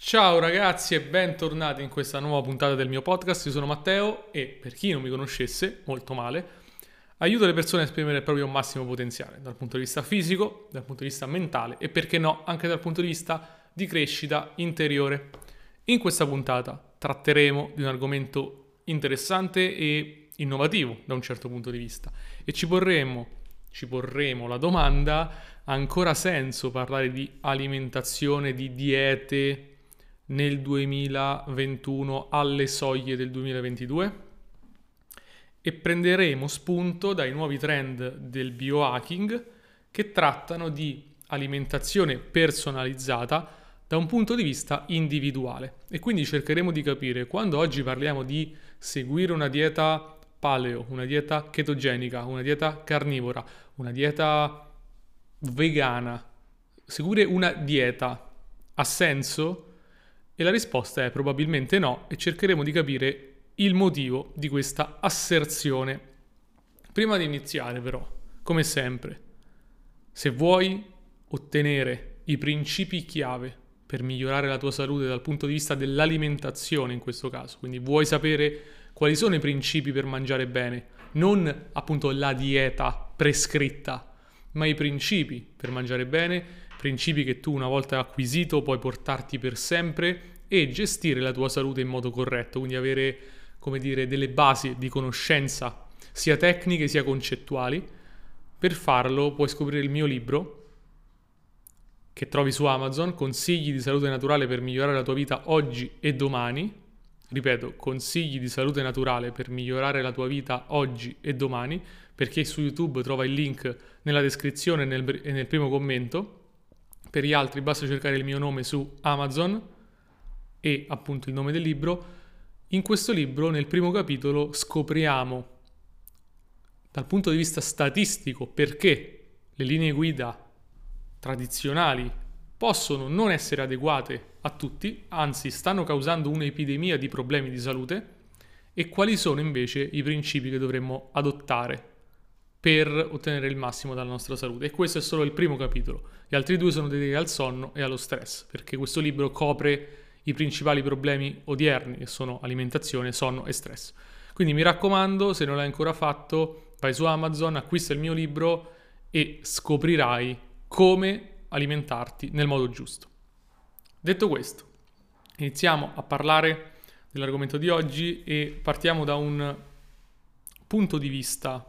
Ciao ragazzi e bentornati in questa nuova puntata del mio podcast. Io sono Matteo e per chi non mi conoscesse, molto male, aiuto le persone a esprimere il proprio massimo potenziale dal punto di vista fisico, dal punto di vista mentale e perché no, anche dal punto di vista di crescita interiore. In questa puntata tratteremo di un argomento interessante e innovativo da un certo punto di vista e ci porremo la domanda: ha ancora senso parlare di alimentazione, di diete nel 2021 alle soglie del 2022? E prenderemo spunto dai nuovi trend del biohacking che trattano di alimentazione personalizzata da un punto di vista individuale. E quindi cercheremo di capire, quando oggi parliamo di seguire una dieta paleo, una dieta chetogenica, una dieta carnivora, una dieta vegana, seguire una dieta ha senso? E la risposta è probabilmente no, e cercheremo di capire il motivo di questa asserzione. Prima di iniziare però, come sempre, se vuoi ottenere i principi chiave per migliorare la tua salute dal punto di vista dell'alimentazione in questo caso, quindi vuoi sapere quali sono i principi per mangiare bene, non appunto la dieta prescritta, ma i principi per mangiare bene, principi che tu una volta acquisito puoi portarti per sempre e gestire la tua salute in modo corretto, quindi avere, come dire, delle basi di conoscenza sia tecniche sia concettuali. Per farlo puoi scoprire il mio libro che trovi su Amazon, Consigli di salute naturale per migliorare la tua vita oggi e domani. Ripeto, consigli di salute naturale per migliorare la tua vita oggi e domani. Per chi è su YouTube trova il link nella descrizione e nel primo commento. Per gli altri basta cercare il mio nome su Amazon e appunto il nome del libro. In questo libro, nel primo capitolo, scopriamo dal punto di vista statistico perché le linee guida tradizionali possono non essere adeguate a tutti, anzi stanno causando un'epidemia di problemi di salute, e quali sono invece i principi che dovremmo adottare per ottenere il massimo dalla nostra salute. E questo è solo il primo capitolo. Gli altri due sono dedicati al sonno e allo stress, perché questo libro copre i principali problemi odierni, che sono alimentazione, sonno e stress. Quindi mi raccomando, se non l'hai ancora fatto, vai su Amazon, acquista il mio libro e scoprirai come alimentarti nel modo giusto. Detto questo, iniziamo a parlare dell'argomento di oggi e partiamo da un punto di vista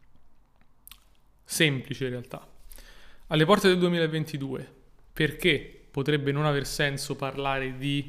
semplice in realtà. Alle porte del 2022, perché potrebbe non aver senso parlare di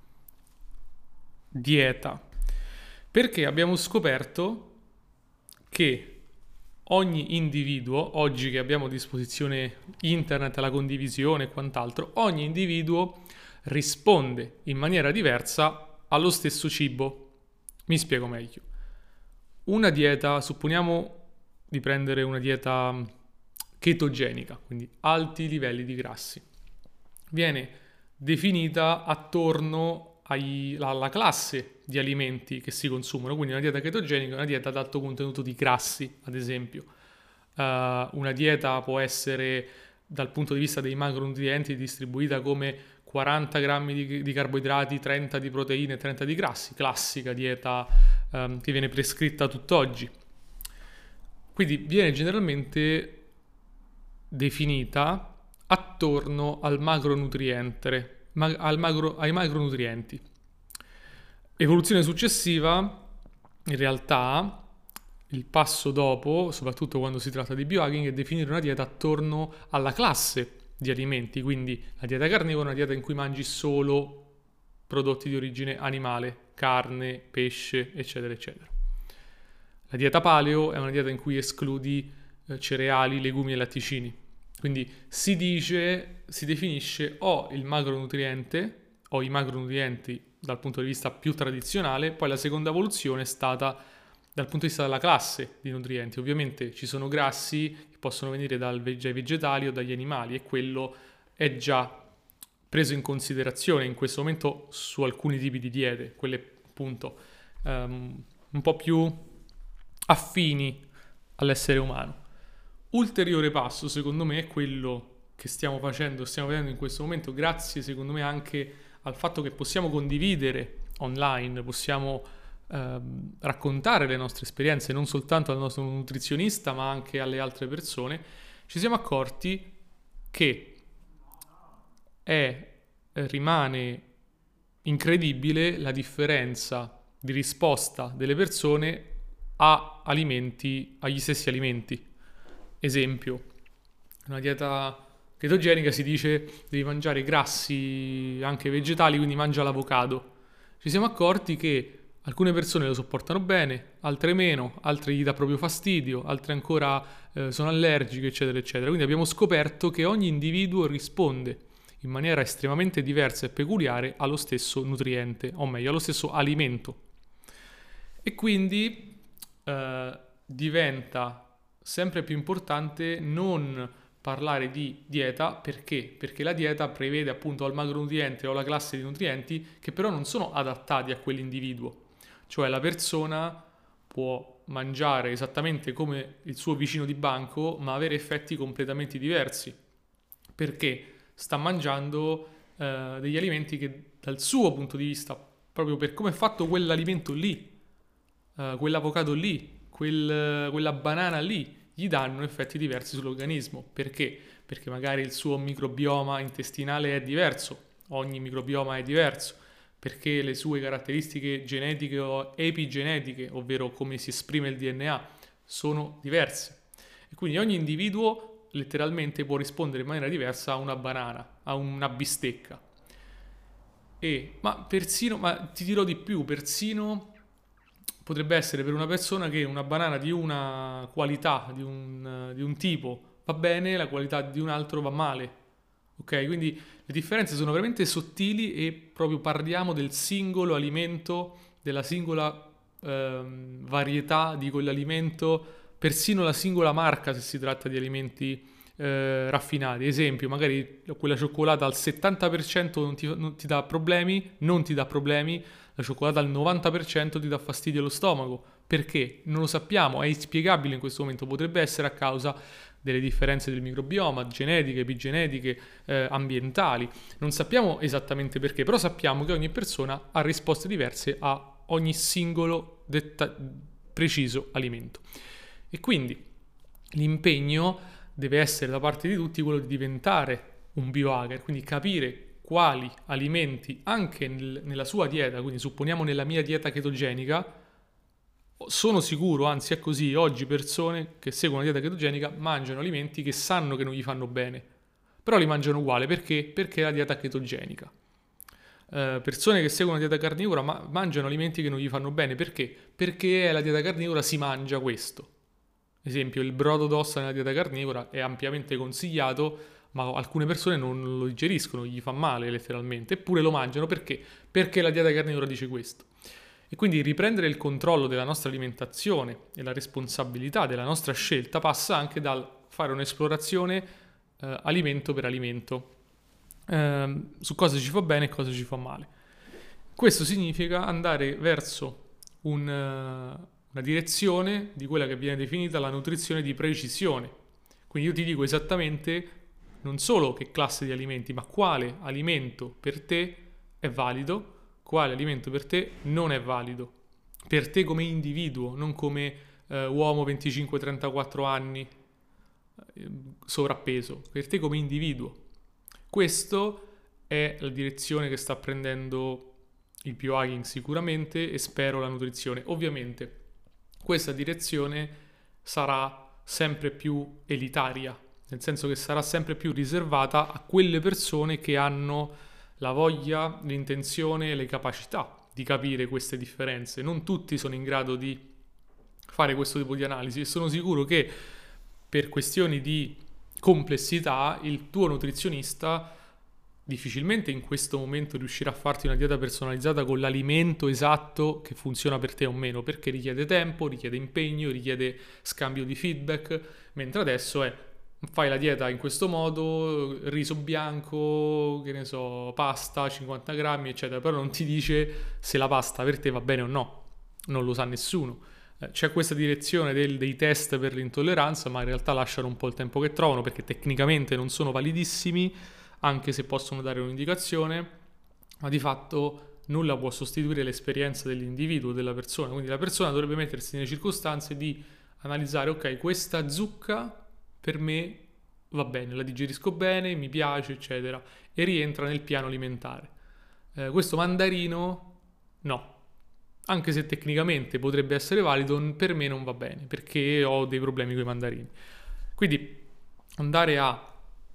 dieta? Perché abbiamo scoperto che ogni individuo, oggi che abbiamo a disposizione internet, la condivisione e quant'altro, ogni individuo risponde in maniera diversa allo stesso cibo. Mi spiego meglio. Una dieta, supponiamo di prendere una dieta chetogenica, quindi alti livelli di grassi, viene definita attorno alla classe di alimenti che si consumano. Quindi una dieta chetogenica è una dieta ad alto contenuto di grassi, ad esempio. Una dieta può essere, dal punto di vista dei macronutrienti, distribuita come 40 grammi di carboidrati, 30 di proteine, 30 di grassi, classica dieta che viene prescritta tutt'oggi. Quindi viene generalmente definita attorno al macronutriente, ai macronutrienti. Evoluzione successiva, in realtà, il passo dopo, soprattutto quando si tratta di biohacking, è definire una dieta attorno alla classe di alimenti. Quindi la dieta carnivora è una dieta in cui mangi solo prodotti di origine animale, carne, pesce, eccetera, eccetera. La dieta paleo è una dieta in cui escludi cereali, legumi e latticini. Quindi si definisce o il macronutriente o i macronutrienti dal punto di vista più tradizionale. Poi la seconda evoluzione è stata dal punto di vista della classe di nutrienti. Ovviamente ci sono grassi che possono venire dai vegetali o dagli animali, e quello è già preso in considerazione in questo momento su alcuni tipi di diete, quelle appunto un po' più affini all'essere umano. Ulteriore passo, secondo me, è quello che stiamo vedendo in questo momento, grazie secondo me anche al fatto che possiamo condividere online, possiamo raccontare le nostre esperienze non soltanto al nostro nutrizionista ma anche alle altre persone, ci siamo accorti che rimane incredibile la differenza di risposta delle persone a alimenti, agli stessi alimenti. Esempio, una dieta chetogenica si dice devi mangiare grassi anche vegetali, quindi mangia l'avocado. Ci siamo accorti che alcune persone lo sopportano bene, altre meno, altre gli dà proprio fastidio, altre ancora sono allergiche, eccetera, eccetera. Quindi abbiamo scoperto che ogni individuo risponde in maniera estremamente diversa e peculiare allo stesso nutriente, o meglio, allo stesso alimento. E quindi diventa sempre più importante non parlare di dieta. Perché? Perché la dieta prevede appunto il macronutriente o la classe di nutrienti che però non sono adattati a quell'individuo. Cioè la persona può mangiare esattamente come il suo vicino di banco, ma avere effetti completamente diversi. Perché sta mangiando degli alimenti che dal suo punto di vista, proprio per come è fatto quell'alimento lì, quell'avocado lì, quella banana lì, gli danno effetti diversi sull'organismo. Perché? Perché magari il suo microbioma intestinale è diverso, ogni microbioma è diverso, perché le sue caratteristiche genetiche o epigenetiche, ovvero come si esprime il DNA, sono diverse. E quindi ogni individuo letteralmente può rispondere in maniera diversa a una banana, a una bistecca. Ma ti dirò di più, persino potrebbe essere per una persona che una banana di una qualità, di un tipo va bene, la qualità di un altro va male. Ok? Quindi le differenze sono veramente sottili e proprio parliamo del singolo alimento, della singola varietà di quell'alimento, persino la singola marca se si tratta di alimenti raffinati. Esempio, magari quella cioccolata al 70% non ti dà problemi, la cioccolata al 90% ti dà fastidio allo stomaco. Perché? Non lo sappiamo, è inspiegabile in questo momento, potrebbe essere a causa delle differenze del microbioma, genetiche, epigenetiche, ambientali. Non sappiamo esattamente perché, però sappiamo che ogni persona ha risposte diverse a ogni singolo preciso alimento. E quindi l'impegno deve essere da parte di tutti quello di diventare un biohacker, quindi capire quali alimenti anche nella sua dieta, quindi supponiamo nella mia dieta chetogenica, sono sicuro, anzi è così, oggi persone che seguono la dieta chetogenica mangiano alimenti che sanno che non gli fanno bene, però li mangiano uguale. Perché? Perché è la dieta chetogenica. Persone che seguono la dieta carnivora mangiano alimenti che non gli fanno bene. Perché? Perché è la dieta carnivora, si mangia questo. Esempio, il brodo d'ossa nella dieta carnivora è ampiamente consigliato, ma alcune persone non lo digeriscono, gli fa male letteralmente, eppure lo mangiano. Perché? Perché la dieta carnivora dice questo. E quindi riprendere il controllo della nostra alimentazione e la responsabilità della nostra scelta passa anche dal fare un'esplorazione alimento per alimento, su cosa ci fa bene e cosa ci fa male. Questo significa andare verso una direzione di quella che viene definita la nutrizione di precisione. Quindi io ti dico esattamente non solo che classe di alimenti, ma quale alimento per te è valido, quale alimento per te non è valido, per te come individuo, non come uomo 25-34 anni, sovrappeso, per te come individuo. Questo è la direzione che sta prendendo il biohacking sicuramente, e spero la nutrizione. Ovviamente questa direzione sarà sempre più elitaria, nel senso che sarà sempre più riservata a quelle persone che hanno la voglia, l'intenzione e le capacità di capire queste differenze. Non tutti sono in grado di fare questo tipo di analisi, e sono sicuro che per questioni di complessità il tuo nutrizionista difficilmente in questo momento riuscirà a farti una dieta personalizzata con l'alimento esatto che funziona per te o meno, perché richiede tempo, richiede impegno, richiede scambio di feedback, mentre adesso fai la dieta in questo modo, riso bianco, che ne so, pasta, 50 grammi, eccetera, però non ti dice se la pasta per te va bene o no, non lo sa nessuno. C'è questa direzione dei test per l'intolleranza, ma in realtà lasciano un po' il tempo che trovano, perché tecnicamente non sono validissimi, anche se possono dare un'indicazione. ma di fatto nulla può sostituire l'esperienza dell'individuo, della persona. Quindi la persona dovrebbe mettersi nelle circostanze di analizzare, ok, questa zucca per me va bene, la digerisco bene, mi piace, eccetera, e rientra nel piano alimentare. Questo mandarino no, anche se tecnicamente potrebbe essere valido, per me non va bene, perché ho dei problemi con i mandarini. Quindi andare a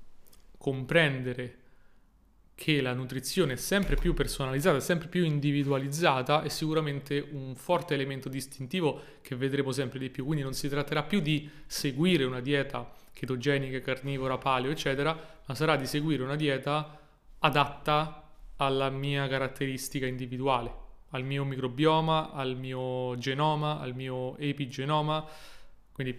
comprendere che la nutrizione è sempre più personalizzata, è sempre più individualizzata, è sicuramente un forte elemento distintivo che vedremo sempre di più. Quindi non si tratterà più di seguire una dieta chetogenica, carnivora, paleo, eccetera, ma sarà di seguire una dieta adatta alla mia caratteristica individuale, al mio microbioma, al mio genoma, al mio epigenoma. Quindi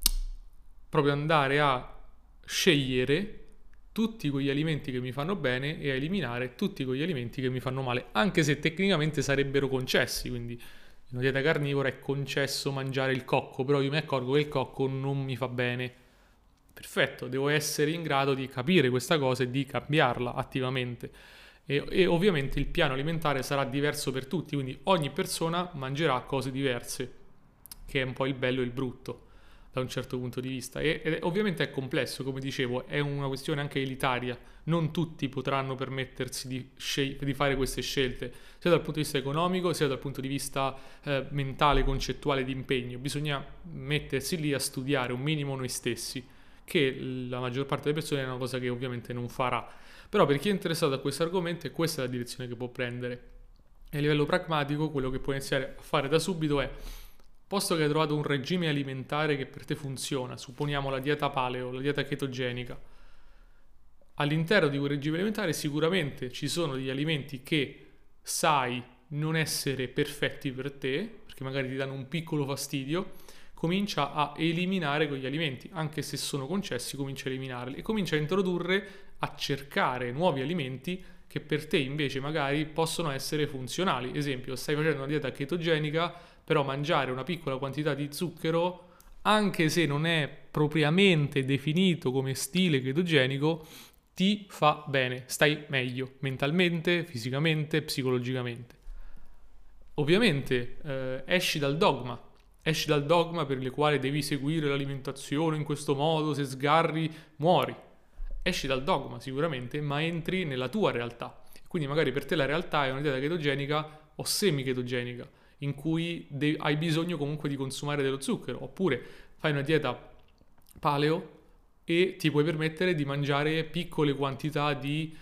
proprio andare a scegliere tutti quegli alimenti che mi fanno bene e a eliminare tutti quegli alimenti che mi fanno male, anche se tecnicamente sarebbero concessi. Quindi in una dieta carnivora è concesso mangiare il cocco, però io mi accorgo che il cocco non mi fa bene. Perfetto, devo essere in grado di capire questa cosa e di cambiarla attivamente. E ovviamente il piano alimentare sarà diverso per tutti, quindi ogni persona mangerà cose diverse, che è un po' il bello e il brutto da un certo punto di vista. E ovviamente è complesso, come dicevo, è una questione anche elitaria. Non tutti potranno permettersi di fare queste scelte, sia dal punto di vista economico, sia dal punto di vista mentale, concettuale, di impegno. Bisogna mettersi lì a studiare un minimo noi stessi, che la maggior parte delle persone è una cosa che ovviamente non farà. Però per chi è interessato a questo argomento, questa è la direzione che può prendere. E a livello pragmatico, quello che puoi iniziare a fare da subito è, posto che hai trovato un regime alimentare che per te funziona, supponiamo la dieta paleo, la dieta chetogenica, all'interno di quel regime alimentare sicuramente ci sono degli alimenti che sai non essere perfetti per te, perché magari ti danno un piccolo fastidio. Comincia a eliminare quegli alimenti, anche se sono concessi, comincia a eliminarli e comincia a introdurre, a cercare nuovi alimenti che per te invece magari possono essere funzionali. Esempio, stai facendo una dieta chetogenica, però mangiare una piccola quantità di zucchero, anche se non è propriamente definito come stile chetogenico, ti fa bene, stai meglio mentalmente, fisicamente, psicologicamente. Ovviamente esci dal dogma per il quale devi seguire l'alimentazione in questo modo, se sgarri muori. Esci dal dogma sicuramente, ma entri nella tua realtà. Quindi magari per te la realtà è una dieta chetogenica o semi-chetogenica, in cui hai bisogno comunque di consumare dello zucchero, oppure fai una dieta paleo e ti puoi permettere di mangiare piccole quantità di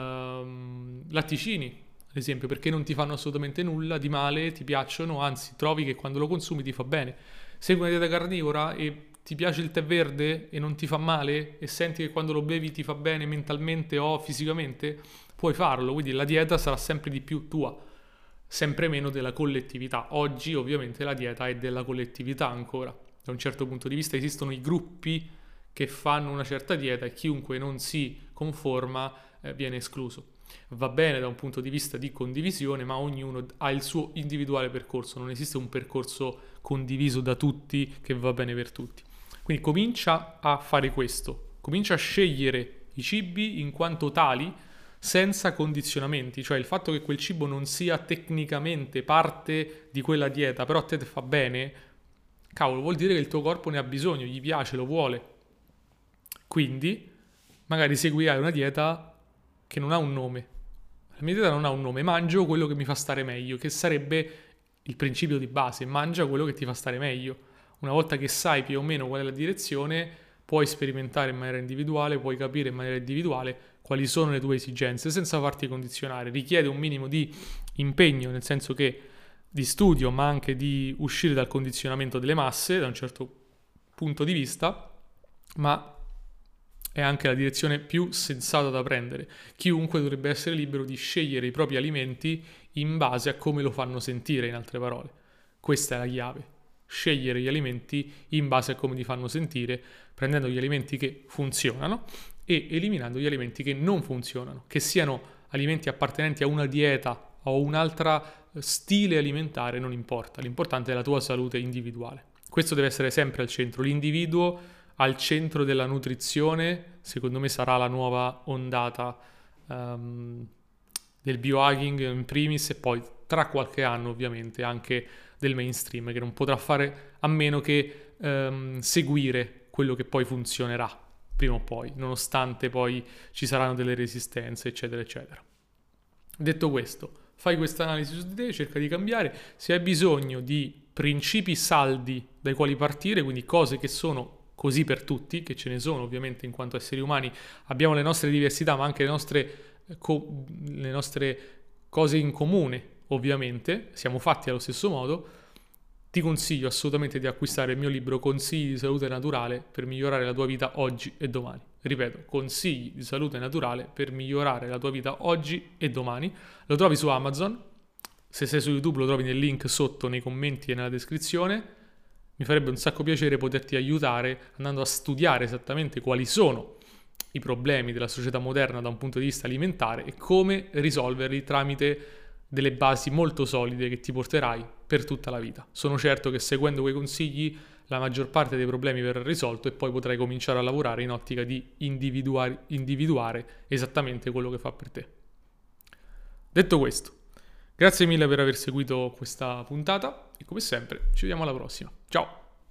latticini, ad esempio, perché non ti fanno assolutamente nulla di male, ti piacciono, anzi trovi che quando lo consumi ti fa bene. Segui una dieta carnivora e ti piace il tè verde e non ti fa male e senti che quando lo bevi ti fa bene mentalmente o fisicamente, puoi farlo, quindi la dieta sarà sempre di più tua, sempre meno della collettività. Oggi ovviamente la dieta è della collettività ancora, da un certo punto di vista esistono i gruppi che fanno una certa dieta e chiunque non si conforma viene escluso. Va bene da un punto di vista di condivisione, ma ognuno ha il suo individuale percorso, non esiste un percorso condiviso da tutti che va bene per tutti. Quindi comincia a fare questo, comincia a scegliere i cibi in quanto tali senza condizionamenti, cioè il fatto che quel cibo non sia tecnicamente parte di quella dieta, però a te fa bene, cavolo, vuol dire che il tuo corpo ne ha bisogno, gli piace, lo vuole. Quindi magari seguirai una dieta che non ha un nome. La mia dieta non ha un nome, mangio quello che mi fa stare meglio, che sarebbe il principio di base, mangia quello che ti fa stare meglio. Una volta che sai più o meno qual è la direzione, puoi sperimentare in maniera individuale, puoi capire in maniera individuale quali sono le tue esigenze senza farti condizionare. Richiede un minimo di impegno, nel senso che di studio, ma anche di uscire dal condizionamento delle masse da un certo punto di vista, ma è anche la direzione più sensata da prendere. Chiunque dovrebbe essere libero di scegliere i propri alimenti in base a come lo fanno sentire, in altre parole. Questa è la chiave. Scegliere gli alimenti in base a come ti fanno sentire, prendendo gli alimenti che funzionano e eliminando gli alimenti che non funzionano, che siano alimenti appartenenti a una dieta o un'altra stile alimentare, non importa. L'importante è la tua salute individuale. Questo deve essere sempre al centro. L'individuo al centro della nutrizione, secondo me sarà la nuova ondata del biohacking in primis e poi tra qualche anno ovviamente anche del mainstream, che non potrà fare a meno che seguire quello che poi funzionerà prima o poi, nonostante poi ci saranno delle resistenze, eccetera, eccetera. Detto questo, fai questa analisi su di te, cerca di cambiare. Se hai bisogno di principi saldi dai quali partire, quindi cose che sono così per tutti, che ce ne sono ovviamente in quanto esseri umani, abbiamo le nostre diversità, ma anche le nostre cose in comune, ovviamente, siamo fatti allo stesso modo. Ti consiglio assolutamente di acquistare il mio libro Consigli di salute naturale per migliorare la tua vita oggi e domani. Ripeto, Consigli di salute naturale per migliorare la tua vita oggi e domani. Lo trovi su Amazon. Se sei su YouTube lo trovi nel link sotto nei commenti e nella descrizione. Mi farebbe un sacco piacere poterti aiutare andando a studiare esattamente quali sono i problemi della società moderna da un punto di vista alimentare e come risolverli tramite delle basi molto solide che ti porterai per tutta la vita. Sono certo che seguendo quei consigli la maggior parte dei problemi verrà risolto e poi potrai cominciare a lavorare in ottica di individuare esattamente quello che fa per te. Detto questo, grazie mille per aver seguito questa puntata e come sempre ci vediamo alla prossima. Ciao!